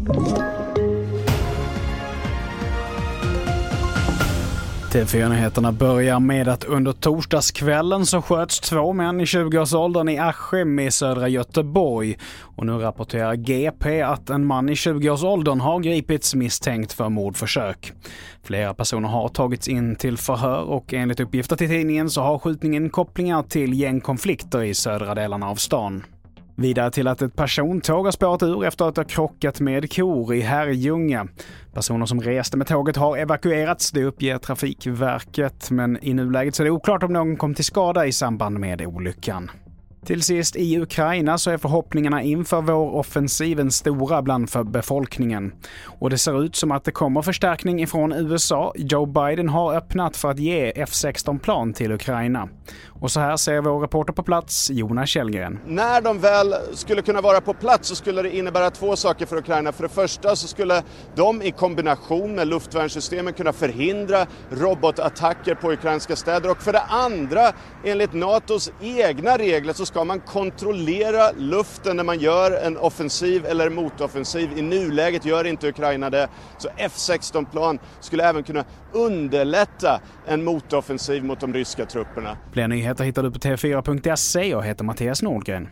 TV4-nyheterna börjar med att under torsdagskvällen så sköts 2 män i 20-årsåldern i Askim i södra Göteborg. Och nu rapporterar GP att en man i 20-årsåldern har gripits misstänkt för mordförsök. Flera personer har tagits in till förhör och enligt uppgifter till tidningen så har skjutningen kopplingar till gängkonflikter i södra delarna av stan. Vidare till att ett persontåg har spårat ur efter att ha krockat med kor i Herrljunga. Personer som reste med tåget har evakuerats, det uppger Trafikverket, men i nuläget så är det oklart om någon kom till skada i samband med olyckan. Till sist, i Ukraina så är förhoppningarna inför våroffensiven stora bland för befolkningen. Och det ser ut som att det kommer förstärkning ifrån USA. Joe Biden har öppnat för att ge F-16-plan till Ukraina. Och så här ser vår reporter på plats, Jonas Källgren. När de väl skulle kunna vara på plats så skulle det innebära 2 saker för Ukraina. För det första så skulle de i kombination med luftvärnssystemen kunna förhindra robotattacker på ukrainska städer. Och för det andra, enligt NATOs egna regler så ska man kontrollera luften när man gör en offensiv eller motoffensiv. I nuläget gör inte Ukraina det. Så F-16-plan skulle även kunna underlätta en motoffensiv mot de ryska trupperna. Fler nyheter hittar du på tv4.se och heter Mattias Nordgren.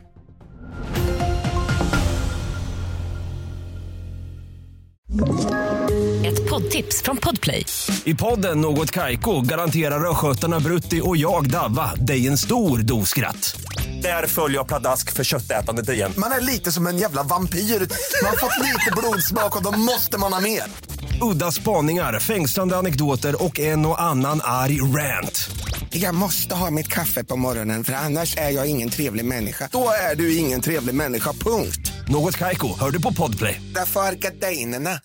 Ett poddtips från Podplay. I podden Något Kaiko garanterar röskötarna Brutti och jag Davva dig en stor doskratt. Där följer jag pladask för köttätandet igen. Man är lite som en jävla vampyr. Man har fått lite blodsmak och då måste man ha mer. Udda spaningar, fängslande anekdoter och en och annan arg rant. Jag måste ha mitt kaffe på morgonen för annars är jag ingen trevlig människa. Då är du ingen trevlig människa, punkt. Något Kaiko, hör du på Podplay. Därför är gardinerna.